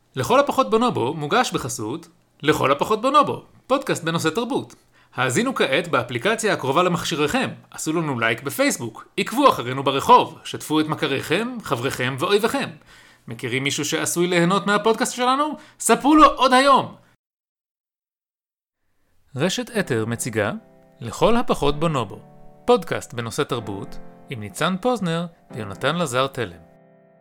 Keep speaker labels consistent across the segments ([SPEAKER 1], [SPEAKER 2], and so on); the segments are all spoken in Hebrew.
[SPEAKER 1] לכל הפחות בונובו מוגש בחסות לכל הפחות בונובו, פודקאסט בנושא תרבות. האזינו כעת באפליקציה הקרובה למכשיריכם, עשו לנו לייק בפייסבוק, עקבו אחרינו ברחוב, שתפו את מכריכם, חבריכם ואויביכם. מכירים מישהו שעשוי ליהנות מהפודקאסט שלנו? ספרו לו עוד היום! רשת אתר מציגה לכל הפחות בונובו, פודקאסט בנושא תרבות, עם ניצן פוזנר ויונתן לזר תלם.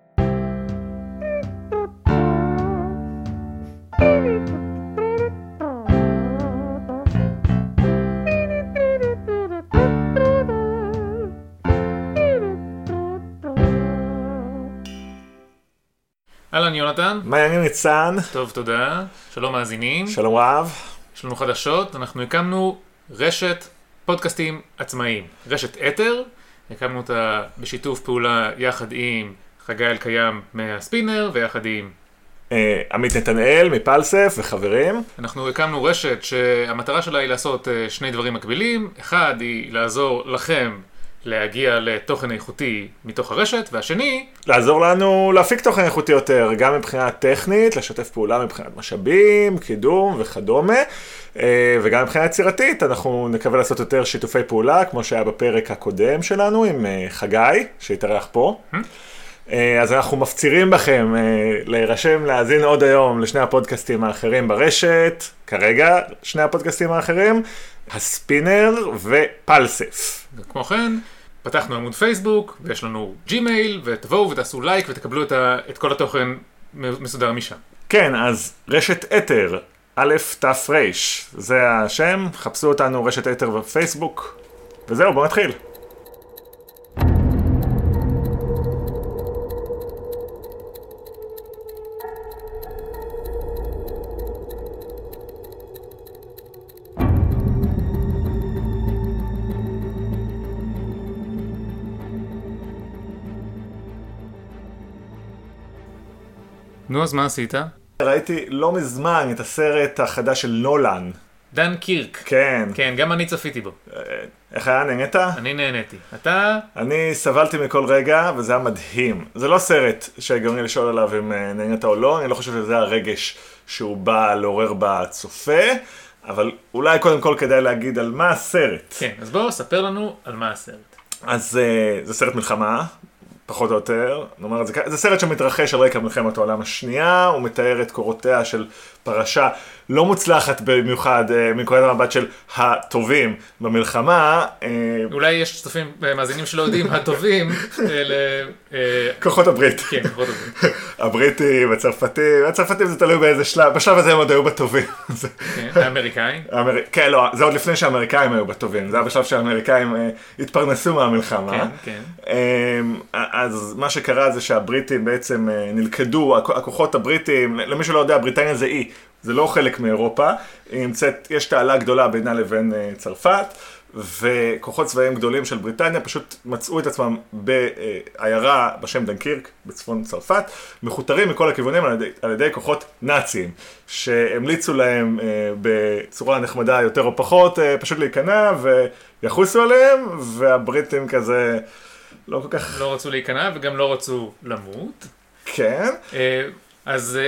[SPEAKER 1] אהלן יונתן.
[SPEAKER 2] מה העניינים ניצן?
[SPEAKER 1] טוב, תודה. שלום מאזינים.
[SPEAKER 2] שלום רב.
[SPEAKER 1] יש לנו חדשות. אנחנו הקמנו רשת פודקאסטים עצמאיים. רשת אתר. הקמנו אותה בשיתוף פעולה יחד עם חגי אלקיים מהספינר ויחד עם
[SPEAKER 2] עמית נתנאל מפלסף וחברים.
[SPEAKER 1] אנחנו הקמנו רשת שהמטרה שלה היא לעשות שני דברים מקבילים. אחד היא לעזור לכם להגיע לתוכן איכותי מתוך הרשת, והשני
[SPEAKER 2] לעזור לנו להפיק תוכן איכותי יותר, גם מבחינה טכנית, לשתף פעולה מבחינת משאבים, קידום וכדומה, וגם מבחינה יצירתית. אנחנו נקווה לעשות יותר שיתופי פעולה, כמו שהיה בפרק הקודם שלנו עם חגי, שהתארח פה. אז אנחנו מפצירים בכם להירשם, להאזין עוד היום לשני הפודקאסטים האחרים ברשת, כרגע שני הפודקאסטים האחרים, הספינר ופלסף.
[SPEAKER 1] וכמו כן, פתחנו עמוד פייסבוק, ויש לנו ג'ימייל, ותבואו ותעשו לייק ותקבלו את כל התוכן מסודר משם.
[SPEAKER 2] כן, אז רשת אתר, א' ת' ר', זה השם, חפשו אותנו רשת אתר בפייסבוק, וזהו, בואו נתחיל.
[SPEAKER 1] נו, אז מה עשית?
[SPEAKER 2] ראיתי לא מזמן את הסרט החדש של נולן.
[SPEAKER 1] דן קירק.
[SPEAKER 2] כן.
[SPEAKER 1] כן, גם אני צפיתי בו.
[SPEAKER 2] איך היה? נהנית?
[SPEAKER 1] אני נהניתי. אתה?
[SPEAKER 2] אני סבלתי מכל רגע, וזה היה מדהים. זה לא סרט שגורם לשאול עליו אם נהנית או לא, אני לא חושב שזה הרגש שהוא בא לעורר בצופה, אבל אולי קודם כל כדאי להגיד על מה הסרט.
[SPEAKER 1] כן, אז בואו, ספר לנו על מה הסרט.
[SPEAKER 2] אז זה סרט מלחמה. פחות או יותר, נאמר את זה, זה סרט שמתרחש על רקע מלחמת העולם השנייה, הוא מתאר את קורותיה של פרשה לא מוצלחת במיוחד מנקודת המבט של הטובים במלחמה.
[SPEAKER 1] אולי יש צופים מאזינים שלא יודעים, הטובים
[SPEAKER 2] כוחות הברית.
[SPEAKER 1] כן, כוחות הברית.
[SPEAKER 2] הבריטים, הצרפתים זה תלוי באיזה שלב, בשלב הזה הם עוד היו בטובים.
[SPEAKER 1] האמריקאים?
[SPEAKER 2] כן, לא, זה עוד לפני שהאמריקאים היו בטובים, זה היה בשלב שהאמריקאים התפרנסו מהמלחמה.
[SPEAKER 1] כן, כן.
[SPEAKER 2] אז מה שקרה זה שהבריטים בעצם נלכדו, הכוחות הבריטים, למי שלא יודע, בריטניה זה אי, זה לא חלק מאירופה, יש תעלה גדולה בינה לבין צרפת, וכוחות צבאיים גדולים של בריטניה פשוט מצאו את עצמם בעיירה בשם דנקירק, בצפון צרפת, מחותרים מכל הכיוונים על ידי כוחות נאציים, שהמליצו להם בצורה נחמדה יותר או פחות, פשוט להיכנע ויחוסו עליהם, והבריטים כזה לא כל כך
[SPEAKER 1] לא רצו להיכנע וגם לא רצו למות.
[SPEAKER 2] כן.
[SPEAKER 1] אז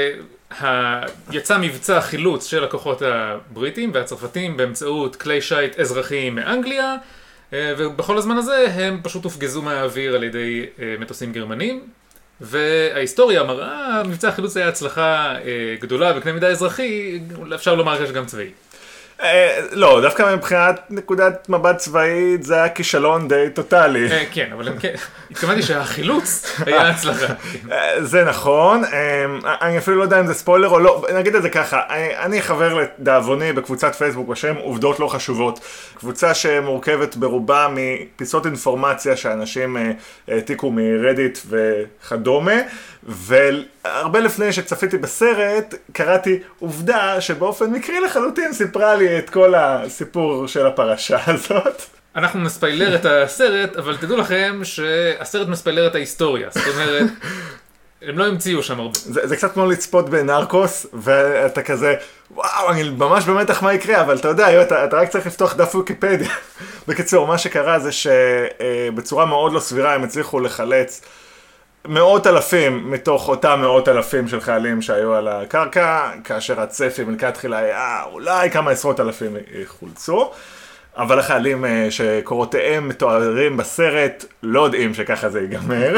[SPEAKER 1] יצא מבצע חילוץ של הכוחות הבריטים והצרפתים באמצעות כלי שייט אזרחיים מאנגליה, ובכל הזמן הזה הם פשוט הופגזו מהאוויר על ידי מטוסים גרמנים, וההיסטוריה מראה, מבצע החילוץ היה הצלחה גדולה בקנה מידה אזרחי, אפשר לומר שיש גם צבאי.
[SPEAKER 2] לא, דווקא מבחינת נקודת מבט צבאית זה היה כישלון די טוטלי.
[SPEAKER 1] כן, אבל התכוונתי שהחילוץ היה הצלחה.
[SPEAKER 2] זה נכון, אני אפילו לא יודע אם זה ספוילר או לא, נגיד את זה ככה, אני חבר לדאבוני בקבוצת פייסבוק בשם עובדות לא חשובות, קבוצה שמורכבת ברובה מפיסות אינפורמציה שאנשים העתיקו מרדיט וכדומה, והרבה לפני שצפיתי בסרט, קראתי עובדה שבאופן מקרי לחלוטין סיפרה לי את כל הסיפור של הפרשה הזאת.
[SPEAKER 1] אנחנו נספיילר את הסרט, אבל תדעו לכם שהסרט מספיילר את ההיסטוריה, זאת אומרת, הם לא המציאו שם הרבה.
[SPEAKER 2] זה קצת כמו לצפות בנרקוס, ואתה כזה, וואו, אני ממש במתח מה יקרה, אבל אתה יודע, אתה רק צריך לפתוח דף ויקיפדיה. בקיצור, מה שקרה זה שבצורה מאוד לא סבירה הם הצליחו לחלץ מאות אלפים מתוך אותם מאות אלפים של חיילים שהיו על הקרקע, כאשר הצפי מלכת תחילה היה אולי כמה עשרות אלפים חולצו, אבל החיילים שקורותיהם מתוארים בסרט לא יודעים שככה זה ייגמר.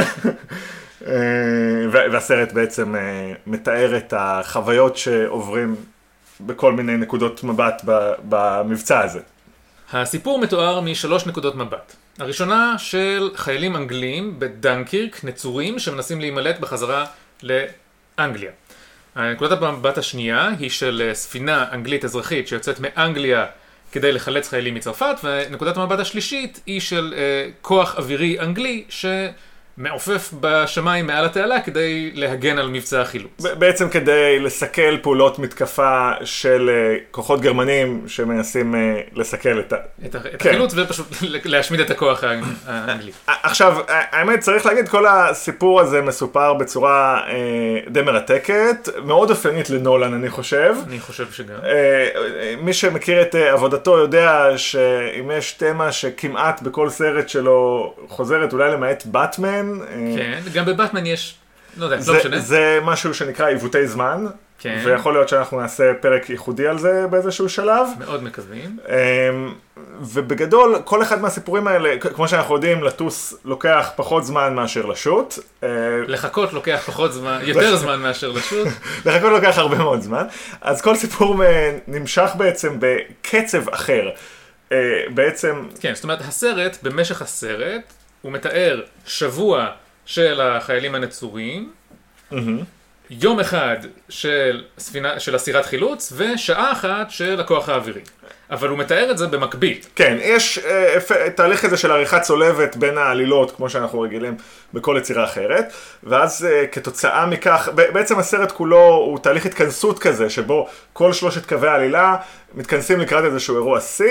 [SPEAKER 2] והסרט בעצם מתאר את החוויות שעוברים בכל מיני נקודות מבט במבצע הזה.
[SPEAKER 1] הסיפור מתואר משלוש נקודות מבט. הראשונה של חיילים אנגלים בדנקירק, נצורים שמנסים להימלט בחזרה לאנגליה. נקודת המבט השנייה היא של ספינה אנגלית אזרחית שיוצאת מאנגליה כדי לחלץ חיילים מצרפת, ונקודת המבט השלישית היא של כוח אווירי אנגלי מעופף בשמיים מעל התעלה כדי להגן על מבצע החילוץ.
[SPEAKER 2] בעצם כדי לסכל פעולות מתקפה של כוחות גרמנים שמנסים לסכל
[SPEAKER 1] את החילוץ ופשוט להשמיד את הכוח האנגלי.
[SPEAKER 2] עכשיו, האמת צריך להגיד, כל הסיפור הזה מסופר בצורה די מרתקת, מאוד אופיינית לנולן אני חושב.
[SPEAKER 1] אני חושב שגם.
[SPEAKER 2] מי שמכיר את עבודתו יודע שאם יש תמה שכמעט בכל סרט שלו חוזרת, אולי למעט באטמן,
[SPEAKER 1] כן, גם בבטמן יש, לא יודע, לא משנה.
[SPEAKER 2] זה משהו שנקרא עיוותי זמן,
[SPEAKER 1] כן.
[SPEAKER 2] ויכול להיות שאנחנו נעשה פרק ייחודי על זה באיזשהו שלב.
[SPEAKER 1] מאוד מקווים.
[SPEAKER 2] ובגדול, כל אחד מהסיפורים האלה, כמו שאנחנו יודעים, לטוס לוקח פחות זמן מאשר לשוט.
[SPEAKER 1] לחכות לוקח פחות זמן, יותר זמן מאשר לשוט.
[SPEAKER 2] לחכות לוקח הרבה מאוד זמן. אז כל סיפור נמשך בעצם בקצב אחר. בעצם...
[SPEAKER 1] כן, זאת אומרת, הסרט, במשך הסרט, הוא מתאר שבוע של החיילים הנצורים, יום אחד של אסירת חילוץ, ושעה אחת של הכוח האווירי. אבל הוא מתאר את זה במקביל.
[SPEAKER 2] כן, יש תהליך כזה של עריכה צולבת בין העלילות, כמו שאנחנו רגילים בכל יצירה אחרת, ואז כתוצאה מכך, בעצם הסרט כולו הוא תהליך התכנסות כזה, שבו כל שלושת קווי העלילה מתכנסים לקראת איזשהו אירוע C,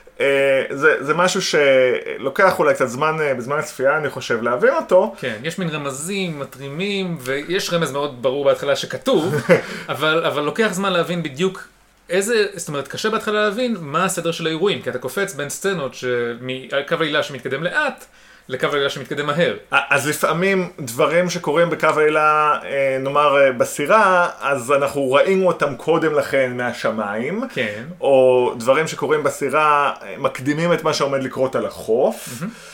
[SPEAKER 2] זה משהו שלוקח אולי קצת זמן, בזמן הצפייה אני חושב להבין אותו.
[SPEAKER 1] כן, יש מין רמזים, מטרימים, ויש רמז מאוד ברור בהתחלה שכתוב, אבל לוקח זמן להבין בדיוק זאת אומרת, קשה בהתחלה להבין מה הסדר של האירועים, כי אתה קופץ בין סצנות מקו העלילה שמתקדם לאט, לקו העלילה שמתקדם מהר.
[SPEAKER 2] אז לפעמים דברים שקורים בקו העלילה, נאמר בסירה, אז אנחנו ראינו אותם קודם לכן מהשמיים,
[SPEAKER 1] כן.
[SPEAKER 2] או דברים שקורים בסירה מקדימים את מה שעומד לקרות על החוף,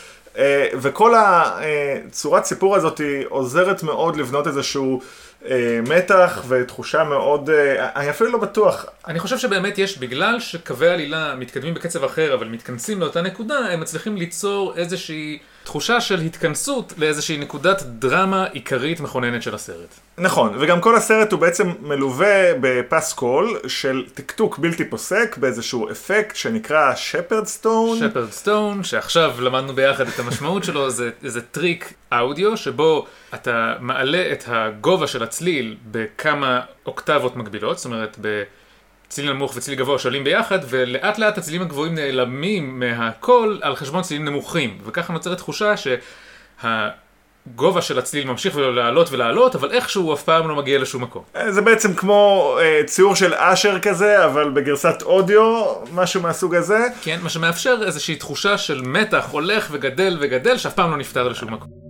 [SPEAKER 2] וכל הצורת סיפור הזאת היא עוזרת מאוד לבנות איזשהו מתח ותחושה מאוד, אני אפילו לא בטוח.
[SPEAKER 1] אני חושב שבאמת יש, בגלל שקווי העלילה מתקדמים בקצב אחר, אבל מתכנסים לאותה נקודה, הם מצליחים ליצור איזושהי תחושה של התכנסות לאיזושהי נקודת דרמה עיקרית מכוננת של הסרט.
[SPEAKER 2] נכון, וגם כל הסרט הוא בעצם מלווה בפסקול של תקתוק בלתי פוסק באיזשהו אפקט שנקרא שפרד סטון.
[SPEAKER 1] שפרד סטון, שעכשיו למדנו ביחד את המשמעות שלו, זה טריק אודיו שבו אתה מעלה את הגובה של הצליל בכמה אוקטבות מקבילות, זאת אומרת בצליל נמוך וצליל גבוה שעולים ביחד, ולאט לאט הצלילים הגבוהים נעלמים מהקול על חשבון צלילים נמוכים, וככה נוצרת תחושה שהגובה של הצליל ממשיך לעלות ולעלות, אבל איכשהו אף פעם לא מגיע לשום מקום.
[SPEAKER 2] זה בעצם כמו ציור של אשר כזה, אבל בגרסת אודיו, משהו מהסוג הזה.
[SPEAKER 1] כן, מה שמאפשר איזושהי תחושה של מתח הולך וגדל וגדל, שאף פעם לא נפטר לשום מקום.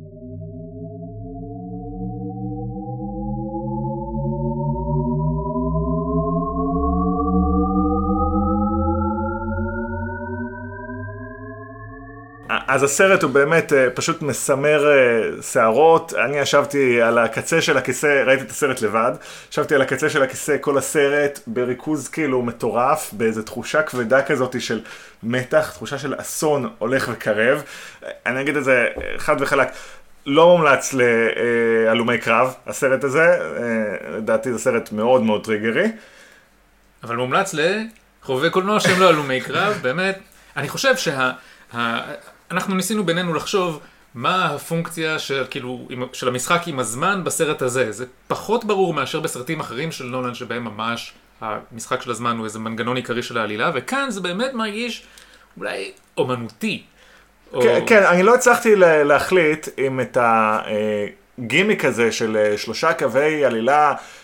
[SPEAKER 2] אז הסרט הוא באמת פשוט מסמר שערות. אני ישבתי על הקצה של הכיסא, ראיתי את הסרט לבד, ישבתי על הקצה של הכיסא כל הסרט בריכוז כאילו מטורף, באיזו תחושה כבדה כזאת של מתח, תחושה של אסון הולך וקרב. אני אגיד את זה חד וחלק, לא מומלץ להלומי קרב, הסרט הזה, לדעתי זה סרט מאוד מאוד טריגרי. אבל
[SPEAKER 1] מומלץ לחובבי קולנוע שהם לא הלומי קרב, באמת. אני חושב אנחנו ניסינו בינינו לחשוב מה הפונקציה של המשחק עם הזמן בסרט הזה. זה פחות ברור מאשר בסרטים אחרים של נולן שבהם ממש המשחק של הזמן הוא איזה מנגנון עיקרי של העלילה, וכאן זה באמת מרגיש אולי אומנותי.
[SPEAKER 2] כן, אני לא הצלחתי להחליט אם את הגימיק הזה של 3 קווי עלילה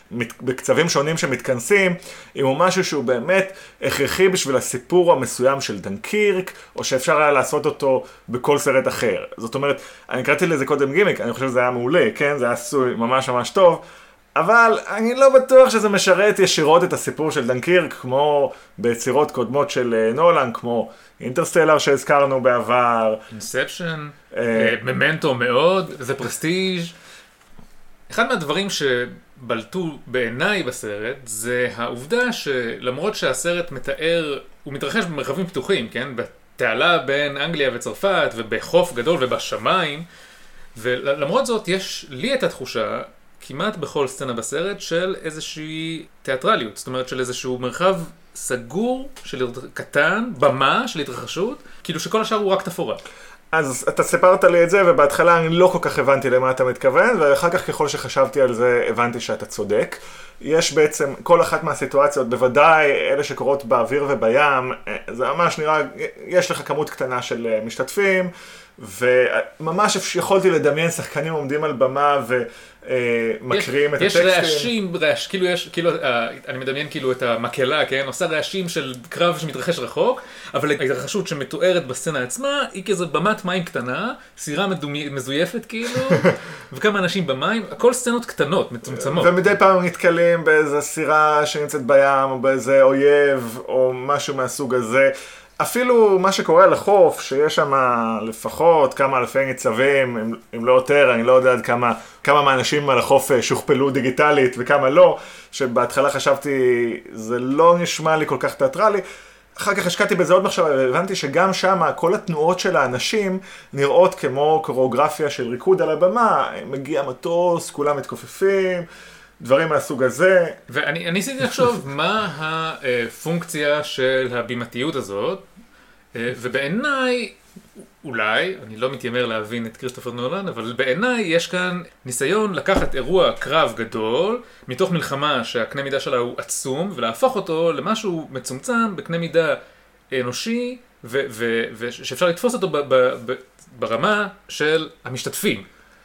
[SPEAKER 2] בקצבים שונים שמתכנסים, אם הוא משהו שהוא באמת הכרחי בשביל הסיפור המסוים של דנקירק, או שאפשר היה לעשות אותו בכל סרט אחר. זאת אומרת, אני קראתי לזה קודם גימיק, אני חושב שזה היה מעולה, כן? זה היה עשוי ממש ממש טוב, אבל אני לא בטוח שזה משרת ישירות את הסיפור של דנקירק, כמו ביצירות קודמות של נולן, כמו אינטרסטלר שהזכרנו בעבר.
[SPEAKER 1] אינספשן, ממנטו מאוד, זה פרסטיג'. אחד מהדברים שבלטו בעיניי בסרט, זה העובדה שלמרות שהסרט מתאר, הוא מתרחש במרחבים פתוחים, כן? בתעלה בין אנגליה וצרפת, ובחוף גדול ובשמיים, ולמרות זאת יש לי את התחושה, כמעט בכל סצנה בסרט, של איזושהי תיאטרליות, זאת אומרת של איזשהו מרחב סגור, קטן, במה של התרחשות, כאילו שכל השאר הוא רק תפאורה.
[SPEAKER 2] אז אתה סיפרת לי את זה, ובהתחלה אני לא כל כך הבנתי למה אתה מתכוון, ואחר כך ככל שחשבתי על זה, הבנתי שאתה צודק. יש בעצם, כל אחת מהסיטואציות, בוודאי אלה שקורות באוויר ובים, זה ממש נראה, יש לך כמות קטנה של משתתפים, וממש יכולתי לדמיין שחקנים עומדים על במה ומקריאים את הטקסטים.
[SPEAKER 1] יש רעשים, כאילו, אני מדמיין כאילו את המקהלה, כן? עושה רעשים של קרב שמתרחש רחוק, אבל ההתרחשות שמתוארת בסצנה עצמה, היא כזה במת מים קטנה, סירה מזויפת כאילו, וכמה אנשים במים, הכל סצנות קטנות, מצומצמות.
[SPEAKER 2] ומדי פעם נתקלים באיזו סירה שנמצאת בים, או באיזה אויב, או משהו מהסוג הזה. אפילו מה שקורה על החוף, שיש שם לפחות כמה אלפי ניצבים, אם לא יותר, אני לא יודע עד כמה מהאנשים על החוף שוכפלו דיגיטלית וכמה לא, שבהתחלה חשבתי, זה לא נשמע לי כל כך תיאטרלי. אחר כך השקעתי בזה עוד מחשבה, והבנתי שגם שם כל התנועות של האנשים נראות כמו קוריאוגרפיה של ריקוד על הבמה, מגיע מטוס, כולם מתכופפים, דברים מהסוג הזה.
[SPEAKER 1] ואני ניסיתי לחשוב מה הפונקציה של הבימתיות הזאת, ובעיניי, אולי, אני לא מתיימר להבין את כריסטופר נולן, אבל בעיניי יש כאן ניסיון לקחת אירוע קרב גדול, מתוך מלחמה שהקנה מידה שלה הוא עצום, ולהפוך אותו למשהו מצומצם בקנה מידה אנושי, ושאפשר לתפוס אותו ברמה של המשתתפים.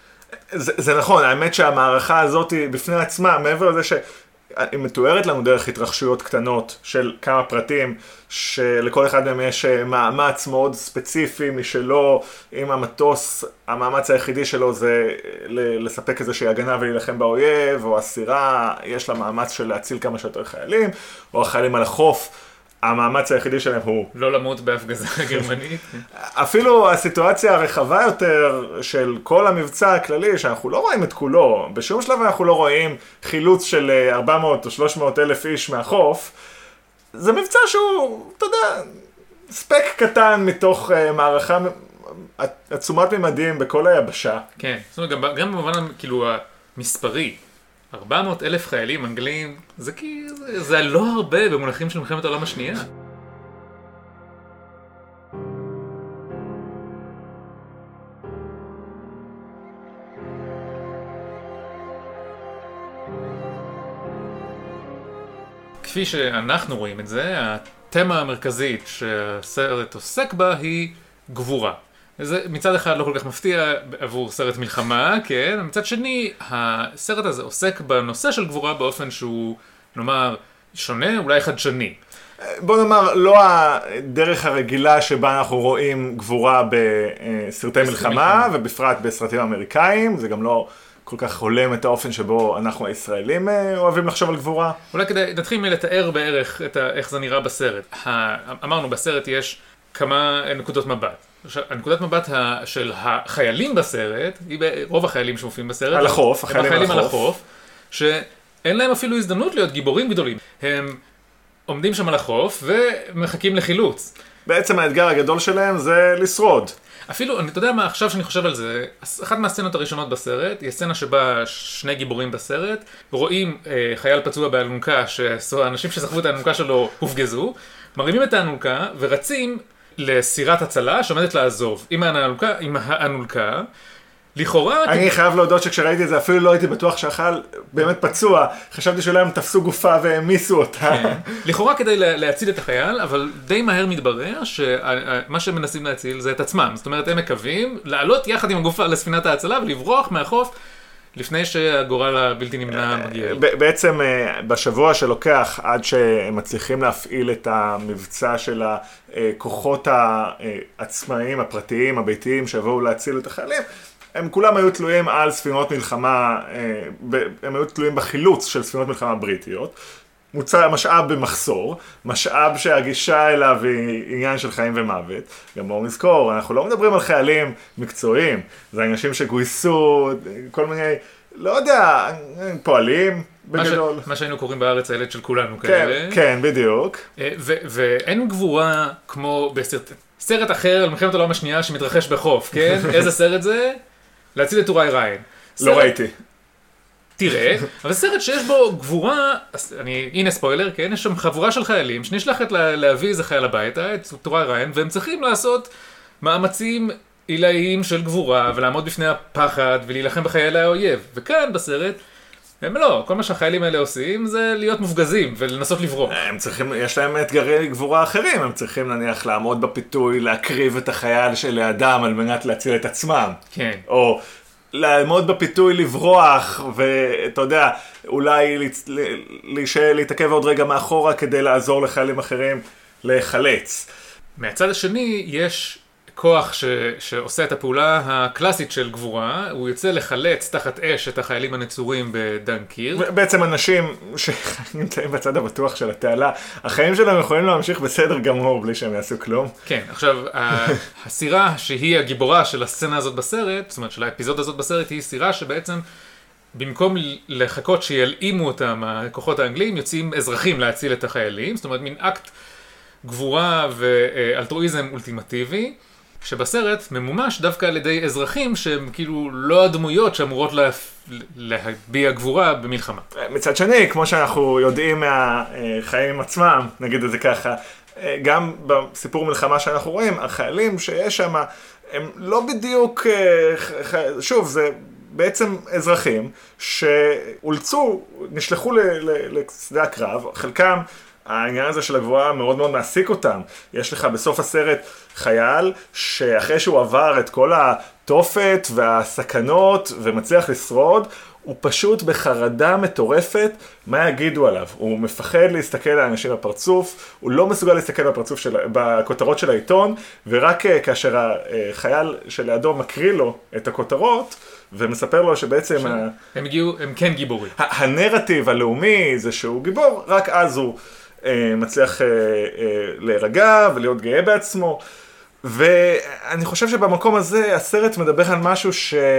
[SPEAKER 2] זה נכון, האמת שהמערכה הזאת בפני עצמה, מעבר לזה שהיא מתוארת לנו דרך התרחשויות קטנות של כמה פרטים, שלכל אחד מהם יש מאמץ מאוד ספציפי משלו, עם המטוס, המאמץ היחידי שלו זה לספק איזושהי הגנה ולהילחם באויב, או הסירה, יש לה מאמץ של להציל כמה שיותר חיילים, או החיילים על החוף, המאמץ היחידי שלהם הוא
[SPEAKER 1] לא למות בהפגזה גרמנית.
[SPEAKER 2] אפילו הסיטואציה הרחבה יותר של כל המבצע הכללי, שאנחנו לא רואים את כולו, בשום שלב אנחנו לא רואים חילוץ של 400 או 300 אלף איש מהחוף, זה מבצע שהוא, אתה יודע, ספק קטן מתוך מערכה עצומת ממדים בכל היבשה.
[SPEAKER 1] כן, זאת אומרת, גם במובן כאילו המספרי, 400,000 חיילים אנגלים, זה לא הרבה במונחים של מלחמת העולם השנייה. כפי שאנחנו רואים את זה, התמה המרכזית שהסרט עוסק בה היא גבורה. זה מצד אחד לא כל כך מפתיע עבור סרט מלחמה, כן? מצד שני, הסרט הזה עוסק בנושא של גבורה באופן שהוא, נאמר, שונה, אולי חדשני.
[SPEAKER 2] בוא נאמר, לא הדרך הרגילה שבה אנחנו רואים גבורה בסרטי מלחמה, ובפרט בסרטים אמריקאים, זה גם לא כל כך הולם את האופן שבו אנחנו הישראלים אוהבים לחשוב על גבורה.
[SPEAKER 1] אולי כדי נתחיל מלתאר בערך איך זה נראה בסרט. אמרנו, בסרט יש כמה נקודות מבט. הנקודת מבט של החיילים בסרט, היא רוב החיילים שמופיעים בסרט,
[SPEAKER 2] על החוף, החיילים
[SPEAKER 1] על החוף, שאין להם אפילו הזדמנות להיות גיבורים גדולים. הם עומדים שם על החוף ומחכים לחילוץ.
[SPEAKER 2] בעצם האתגר הגדול שלהם זה לשרוד.
[SPEAKER 1] אפילו, אתה יודע מה, עכשיו שאני חושב על זה, אחת מהסצנות הראשונות בסרט, היא הסצנה שבה שני גיבורים בסרט, רואים חייל פצוע באלונקה, שהאנשים שסחבו את האלונקה שלו הופגזו, מרימים את האלונקה ורצים לסירת הצלה שעומדת לעזוב עם האלונקה, לכאורה...
[SPEAKER 2] אני חייב להודות שכשראיתי את זה אפילו לא הייתי בטוח שהחייל באמת פצוע, חשבתי שאולי הם תפסו גופה והמיסו אותה.
[SPEAKER 1] לכאורה כדי להציל את החייל, אבל די מהר מתברר שמה שהם מנסים להציל זה את עצמם. זאת אומרת, הם מקווים לעלות יחד עם הגופה לספינת ההצלה ולברוח מהחוף לפני שהגורל הבלתי נמנע מגיע.
[SPEAKER 2] בעצם בשבוע שלוקח עד שהם מצליחים להפעיל את המבצע של הכוחות העצמאיים, הפרטיים, הביתיים, שיבואו להציל את החיילים, הם כולם היו תלויים על ספינות מלחמה, הם היו תלויים בחילוץ של ספינות מלחמה בריטיות. משאב במחסור, משאב שהגישה אליו היא עניין של חיים ומוות. גם בואו נזכור, אנחנו לא מדברים על חיילים מקצועיים, זה אנשים שגויסו, כל מיני, לא יודע, פועלים בגדול.
[SPEAKER 1] מה שהיינו קוראים בארץ הילד של כולנו כאלה.
[SPEAKER 2] כן, בדיוק.
[SPEAKER 1] ואין גבורה כמו בסרט אחר על מלחמת העולם השנייה שמתרחש בחוף, כן? איזה סרט זה? להציל את טוראי ריין.
[SPEAKER 2] לא ראיתי.
[SPEAKER 1] תראה, אבל סרט שיש בו גבורה, הנה ספוילר, כן? יש שם חבורה של חיילים שנשלחת להביא איזה חייל הביתה, את טוראי ריין, והם צריכים לעשות מאמצים עילאיים של גבורה, ולעמוד בפני הפחד, ולהילחם בחיילי האויב. וכאן בסרט, הם לא, כל מה שהחיילים האלה עושים זה להיות מופגזים ולנסות לברוח.
[SPEAKER 2] הם צריכים, יש להם אתגרי גבורה אחרים, הם צריכים נניח לעמוד בפיתוי, להקריב את החייל שלידם על מנת להציל את עצמם.
[SPEAKER 1] כן.
[SPEAKER 2] או לעמוד בפיתוי לברוח, ואתה יודע, אולי להתעכב עוד רגע מאחורה כדי לעזור לחיילים אחרים להיחלץ.
[SPEAKER 1] מהצד השני יש כוח שעושה את הפעולה הקלאסית של גבורה, הוא יוצא לחלץ תחת אש את החיילים הנצורים בדנקיר.
[SPEAKER 2] בעצם אנשים שנמצאים בצד הבטוח של התעלה, החיים שלהם יכולים להמשיך בסדר גמור בלי שהם יעשו כלום.
[SPEAKER 1] כן, עכשיו, הסירה שהיא הגיבורה של הסצנה הזאת בסרט, זאת אומרת של האפיזודה הזאת בסרט, היא סירה שבעצם במקום לחכות שילאימו אותם הכוחות האנגליים, יוצאים אזרחים להציל את החיילים, זאת אומרת מין אקט גבורה ואלטרואיזם אולטימטיבי, שבסרט ממומש דווקא על ידי אזרחים שהם כאילו לא הדמויות שאמורות להביע גבורה במלחמה.
[SPEAKER 2] מצד שני, כמו שאנחנו יודעים מהחיים עצמם, נגיד את זה ככה, גם בסיפור מלחמה שאנחנו רואים, החיילים שיש שם, הם לא בדיוק, שוב, זה בעצם אזרחים שאולצו, נשלחו לשדה הקרב, חלקם, העניין הזה של הגבוהה מאוד מאוד מעסיק אותם. יש לך בסוף הסרט חייל שאחרי שהוא עבר את כל התופת והסכנות ומצליח לשרוד, הוא פשוט בחרדה מטורפת מה יגידו עליו. הוא מפחד להסתכל על אנשים בפרצוף, הוא לא מסוגל להסתכל בכותרות של העיתון, ורק כאשר החייל שלידו מקריא לו את הכותרות, ומספר לו שבעצם
[SPEAKER 1] הם כן גיבורים.
[SPEAKER 2] הנרטיב הלאומי זה שהוא גיבור, רק אז הוא מצליח להירגע ולהיות גאה בעצמו. ואני חושב שבמקום הזה הסרט מדבר על משהו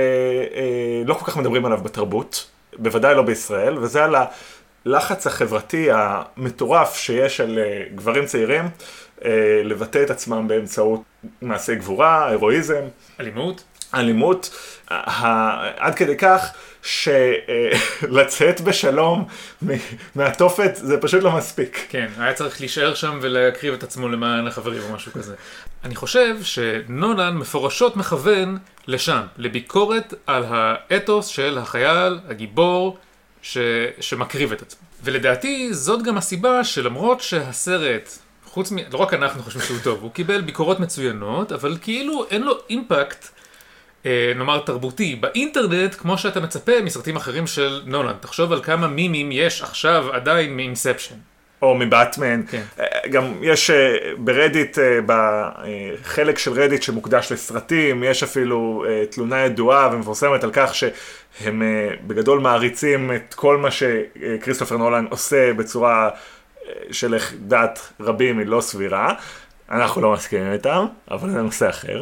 [SPEAKER 2] שלא כל כך מדברים עליו בתרבות, בוודאי לא בישראל, וזה על הלחץ החברתי המטורף שיש על גברים צעירים לבטא את עצמם באמצעות מעשי גבורה, הירואיזם, אלימות, עד כדי כך שלצאת בשלום מהתופת זה פשוט לא מספיק.
[SPEAKER 1] כן, היה צריך להישאר שם ולהקריב את עצמו למען החברים או משהו כזה. אני חושב שנולן מפורשות מכוון לשם, לביקורת על האתוס של החייל, הגיבור, שמקריב את עצמו. ולדעתי זאת גם הסיבה שלמרות שהסרט, לא רק אנחנו חושבים שהוא טוב, הוא קיבל ביקורות מצוינות, אבל כאילו אין לו אימפקט, נאמר תרבותי, באינטרנט, כמו שאתה מצפה מסרטים אחרים של נולן. תחשוב על כמה מימים יש עכשיו עדיין מאינספשן.
[SPEAKER 2] או מבטמן.
[SPEAKER 1] כן.
[SPEAKER 2] גם יש ברדיט, בחלק של רדיט שמוקדש לסרטים, יש אפילו תלונה ידועה ומפורסמת על כך שהם בגדול מעריצים את כל מה שכריסטופר נולן עושה בצורה של דעת רבים היא לא סבירה. אנחנו לא מסכימים איתם, אבל זה נושא אחר.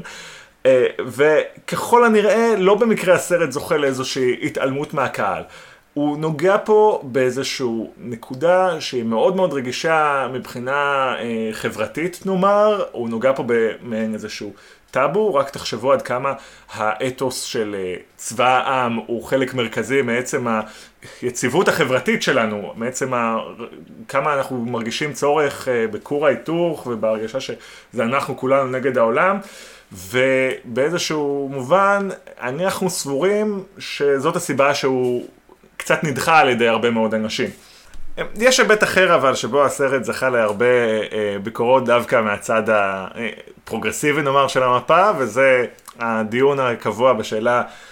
[SPEAKER 2] וככל הנראה לא במקרה הסרט זוכה לאיזושהי התעלמות מהקהל. הוא נוגע פה באיזשהו נקודה שהיא מאוד מאוד רגישה מבחינה חברתית נאמר, הוא נוגע פה במעין איזשהו טאבו, רק תחשבו עד כמה האתוס של צבא העם הוא חלק מרכזי מעצם היציבות החברתית שלנו, מעצם כמה אנחנו מרגישים צורך בכור ההיתוך ובהרגשה שזה אנחנו כולנו נגד העולם, ובאיזשהו מובן אנחנו סבורים שזאת הסיבה שהוא קצת נדחה על ידי הרבה מאוד אנשים. יש היבט אחר אבל שבו הסרט זכה להרבה ביקורות דווקא מהצד הפרוגרסיבי נאמר של המפה, וזה הדיון הקבוע בשאלה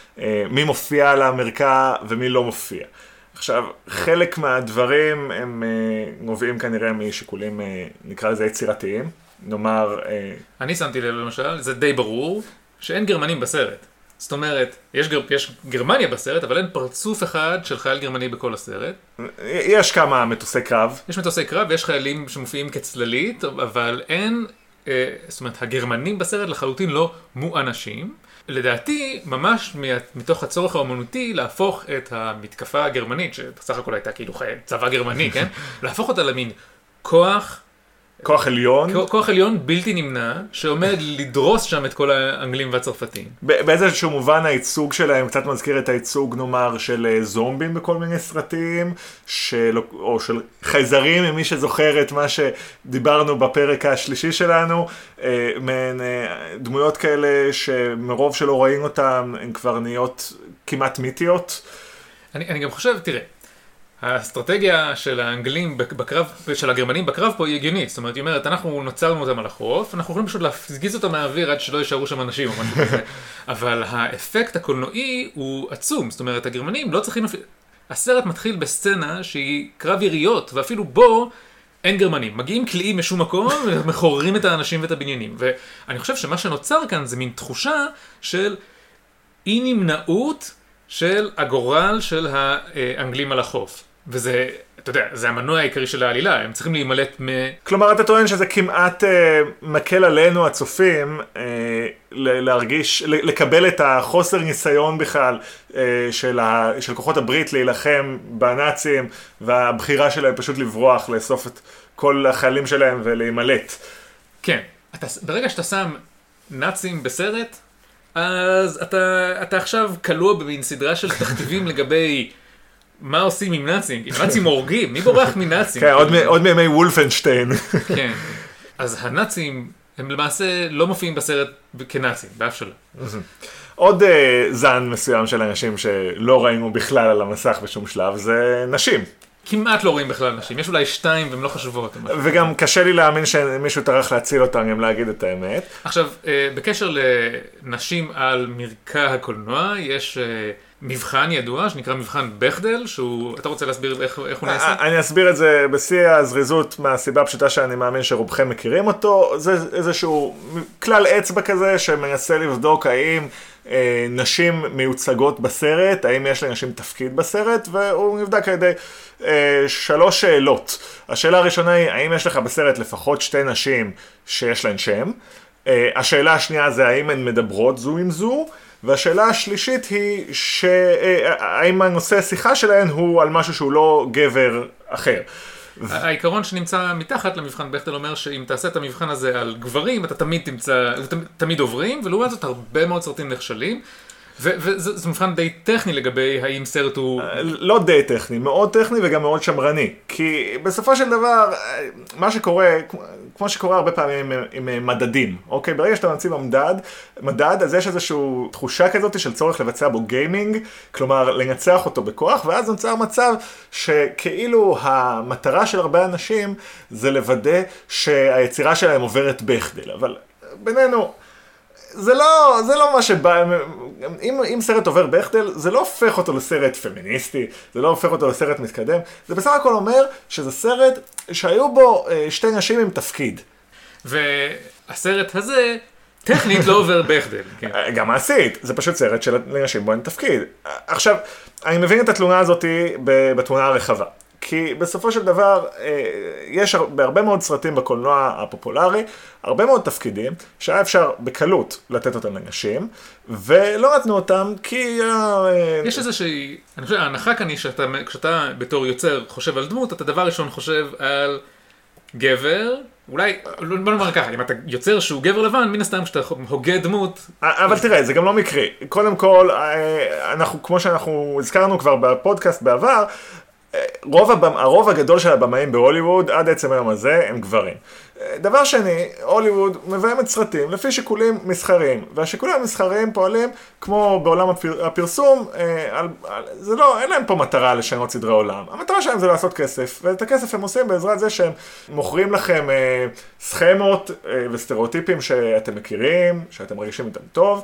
[SPEAKER 2] מי מופיע על המרקע ומי לא מופיע. עכשיו, חלק מהדברים הם נובעים כנראה משיקולים, נקרא לזה יצירתיים, נאמר...
[SPEAKER 1] אני שמתי לב למשל, זה די ברור, שאין גרמנים בסרט. זאת אומרת, יש גרמניה בסרט, אבל אין פרצוף אחד של חייל גרמני בכל הסרט.
[SPEAKER 2] יש כמה מטוסי קרב.
[SPEAKER 1] יש מטוסי קרב ויש חיילים שמופיעים כצללית, אבל אין, זאת אומרת, הגרמנים בסרט לחלוטין לא מואנשים. לדעתי, ממש מתוך הצורך האומנותי להפוך את המתקפה הגרמנית, שבסך הכל הייתה כאילו צבא גרמני, כן? להפוך אותה למין כוח
[SPEAKER 2] עליון.
[SPEAKER 1] כוח עליון בלתי נמנע, שעומד לדרוס שם את כל האנגלים והצרפתים.
[SPEAKER 2] באיזשהו מובן הייצוג שלהם קצת מזכיר את הייצוג, נאמר, של זומבים בכל מיני סרטים, או של חייזרים, ממי שזוכר את מה שדיברנו בפרק השלישי שלנו, מהן דמויות כאלה שמרוב שלא רואים אותן, הן כבר נהיות כמעט מיתיות.
[SPEAKER 1] אני גם חושב, תראה, האסטרטגיה של האנגלים בקרב, של הגרמנים בקרב פה היא הגיונית. זאת אומרת, היא אומרת, אנחנו נוצרנו אותם על החוף, אנחנו יכולים פשוט להפגיז אותם מהאוויר עד שלא יישארו שם אנשים או משהו כזה. אבל האפקט הקולנועי הוא עצום. זאת אומרת, הגרמנים לא צריכים... הסרט מתחיל בסצנה שהיא קרב יריות, ואפילו בו אין גרמנים. מגיעים קליעים משום מקום, ומחוררים את האנשים ואת הבניינים. ואני חושב שמה שנוצר כאן זה מין תחושה של אי נמנעות של הגורל של האנגלים על החוף. וזה, אתה יודע, זה המנוע העיקרי של העלילה, הם צריכים להימלט
[SPEAKER 2] כלומר, אתה טוען שזה כמעט מקל עלינו הצופים להרגיש, לקבל את החוסר ניסיון בכלל של כוחות הברית להילחם בנאצים, והבחירה שלהם פשוט לברוח, לאסוף את כל החיילים שלהם ולהימלט.
[SPEAKER 1] כן, ברגע שאתה שם נאצים בסרט, אז אתה עכשיו קלוע במין סדרה של תכתיבים לגבי מה עושים עם נאצים? אם נאצים הורגים, מי בורח מנאצים?
[SPEAKER 2] כן, עוד מימי וולפנשטיין.
[SPEAKER 1] כן, אז הנאצים הם למעשה לא מופיעים בסרט כנאצים, באף שלא.
[SPEAKER 2] עוד זן מסוים של אנשים שלא ראינו בכלל על המסך בשום שלב, זה נשים.
[SPEAKER 1] כמעט לא רואים בכלל נשים, יש אולי 2 והן לא חשובות.
[SPEAKER 2] וגם קשה לי להאמין שמישהו טרח להציל אותם, גם להגיד את האמת.
[SPEAKER 1] עכשיו, בקשר לנשים על מרקע הקולנוע, יש מבחן ידוע שנקרא מבחן בכדל, אתה רוצה להסביר איך הוא נעשה?
[SPEAKER 2] אני אסביר את זה בשיא הזריזות מהסיבה הפשוטה שאני מאמין שרובכם מכירים אותו. זה איזשהו כלל אצבע כזה שמנסה לבדוק האם נשים מיוצגות בסרט, האם יש לנשים תפקיד בסרט, והוא נבדק על ידי 3 שאלות. השאלה הראשונה היא, האם יש לך בסרט לפחות 2 נשים שיש להן שם? השאלה השנייה זה, האם הן מדברות זו עם זו? והשאלה השלישית היא, האם הנושא השיחה שלהן הוא על משהו שהוא לא גבר אחר?
[SPEAKER 1] העיקרון שנמצא מתחת למבחן בכדל אומר שאם תעשה את המבחן הזה על גברים, אתה תמיד עוברים, ולעומת זאת הרבה מאוד סרטים נכשלים, וזה מבחן די טכני לגבי האם סרט הוא...
[SPEAKER 2] לא די טכני, מאוד טכני וגם מאוד שמרני. כי בסופו של דבר, מה שקורה, כמו שקורה הרבה פעמים עם מדדים, אוקיי? ברגע שאתה מציב מדד, אז יש איזושהי תחושה כזאת של צורך לבצע בו גיימינג, כלומר לנצח אותו בכוח, ואז נוצר מצב שכאילו המטרה של הרבה אנשים זה לוודא שהיצירה שלהם עוברת בכדל. אבל בינינו... זה לא מה שבא, אם סרט עובר בכדל, זה לא הופך אותו לסרט פמיניסטי, זה לא הופך אותו לסרט מתקדם, זה בסך הכל אומר שזה סרט שהיו בו 2 נשים עם תפקיד.
[SPEAKER 1] והסרט הזה טכנית לא עובר בכדל. כן.
[SPEAKER 2] גם מעשית, זה פשוט סרט של לנשים בו אין תפקיד. עכשיו, אני מבין את התלונה הזאת בתמונה הרחבה. כי בסופו של דבר, יש בהרבה מאוד סרטים בקולנוע הפופולרי, הרבה מאוד תפקידים שהיה אפשר בקלות לתת אותם לנשים, ולא נתנו אותם כי...
[SPEAKER 1] יש איזושהי, אני חושב, ההנחה כאן היא כשאתה בתור יוצר חושב על דמות, אתה דבר ראשון חושב על גבר, אולי, בוא נאמר ככה, אם אתה יוצר שהוא גבר לבן, מן הסתם כשאתה הוגה דמות...
[SPEAKER 2] אבל תראה, זה גם לא מקרי. קודם כל, כמו שאנחנו הזכרנו כבר בפודקאסט בעבר, הרוב הגדול של הבמאים בהוליווד, עד עצם היום הזה, הם גברים. דבר שני, הוליווד מביימת סרטים לפי שיקולים מסחריים, והשיקולים המסחריים פועלים כמו בעולם הפרסום, אין להם פה מטרה לשנות סדרי עולם. המטרה שלהם זה לעשות כסף, ואת הכסף הם עושים בעזרת זה שהם מוכרים לכם סכמות וסטריאוטיפים שאתם מכירים, שאתם מרגישים איתם טוב,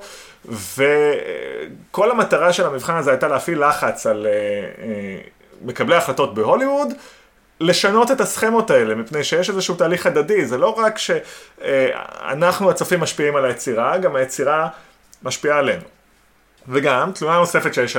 [SPEAKER 2] וכל המטרה של המבחן הזה הייתה להפעיל לחץ על מקבלי החלטות בהוליווד, לשנות את הסכמות האלה, מפני שיש איזשהו תהליך הדדי, זה לא רק שאנחנו הצופים משפיעים על היצירה, גם היצירה משפיעה עלינו. וגם, תלונה נוספת שיש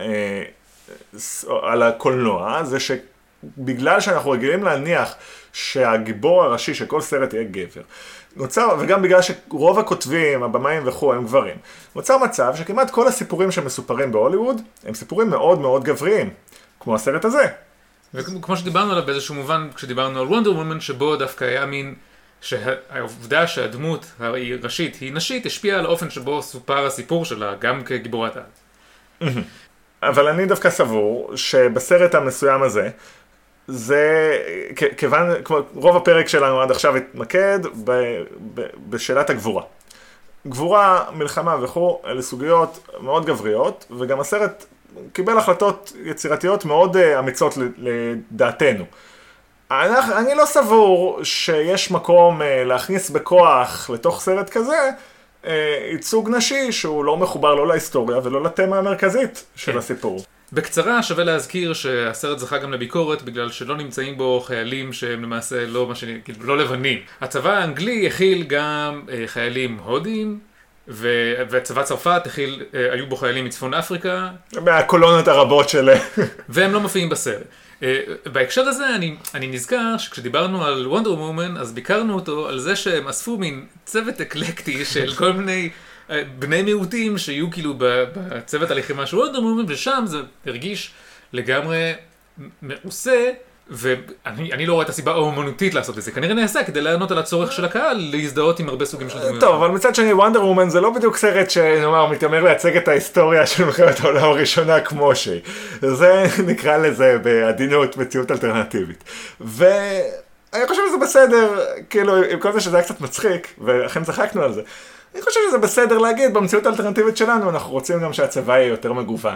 [SPEAKER 2] על הקולנוע, זה שבגלל שאנחנו רגילים להניח שהגיבור הראשי של כל סרט יהיה גבר, וגם בגלל שרוב הכותבים, הבמאים וכו' הם גברים, נוצר מצב שכמעט כל הסיפורים שמסופרים בהוליווד, הם סיפורים מאוד מאוד גבריים, כמו הסרט הזה.
[SPEAKER 1] וכמו שדיברנו עליו באיזשהו מובן, כשדיברנו על וונדר וומן, שבו דווקא היה מין שהעובדה שהדמות הראשית היא נשית, השפיעה על האופן שבו סופר הסיפור שלה, גם כגיבורת על.
[SPEAKER 2] אבל אני דווקא סבור שבסרט המסוים הזה, זה, כיוון, רוב הפרק שלנו עד עכשיו התמקד בשאלת הגבורה. גבורה, מלחמה וכו', אלה סוגיות מאוד גבריות, וגם הסרט קיבל החלטות יצירתיות מאוד אמיצות לדעתנו. אני לא סבור שיש מקום להכניס בכוח לתוך סרט כזה ייצוג נשי שהוא לא מחובר לא להיסטוריה ולא לתמה המרכזית של הסיפור.
[SPEAKER 1] בקצרה שווה להזכיר שהסרט זכה גם לביקורת בגלל שלא נמצאים בו חיילים שהם למעשה לא לבנים. הצבא האנגלי הכיל גם חיילים הודים, והצבא צרפת היו בו חיילים מצפון אפריקה.
[SPEAKER 2] מהקולונות הרבות שלהם.
[SPEAKER 1] והם לא מופיעים בסרט. בהקשר הזה אני נזכר שכשדיברנו על וונדר וומן, אז ביקרנו אותו על זה שהם אספו מין צוות אקלקטי של כל מיני בני מיעוטים שיהיו כאילו בצוות הלחימה של וונדר וומן, ושם זה הרגיש לגמרי מעושה, ואני לא רואה את הסיבה האומנותית לעשות את זה. כנראה נעשה כדי לענות על הצורך של הקהל להזדהות עם הרבה סוגים של דמויות.
[SPEAKER 2] טוב, אבל מצד שני, וונדר וומן זה לא בדיוק סרט שנאמר, מתיימר לייצג את ההיסטוריה של מלחמת העולם הראשונה כמו שהיא. זה נקרא לזה בעדינות מציאות אלטרנטיבית. ואני חושב שזה בסדר, כאילו, עם כל זה שזה היה קצת מצחיק, ואכן צחקנו על זה, אני חושב שזה בסדר להגיד, במציאות האלטרנטיבית שלנו, אנחנו רוצים גם שהצבא יהיה יותר מגוון.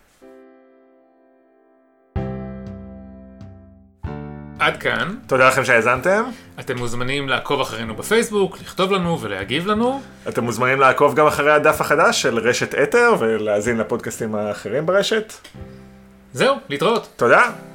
[SPEAKER 1] עד כאן.
[SPEAKER 2] תודה לכם שהאזנתם.
[SPEAKER 1] אתם מוזמנים לעקוב אחרינו בפייסבוק, לכתוב לנו ולהגיב לנו.
[SPEAKER 2] אתם מוזמנים לעקוב גם אחרי הדף החדש של רשת אתר ולהאזין לפודקאסטים האחרים ברשת.
[SPEAKER 1] זהו, להתראות.
[SPEAKER 2] תודה.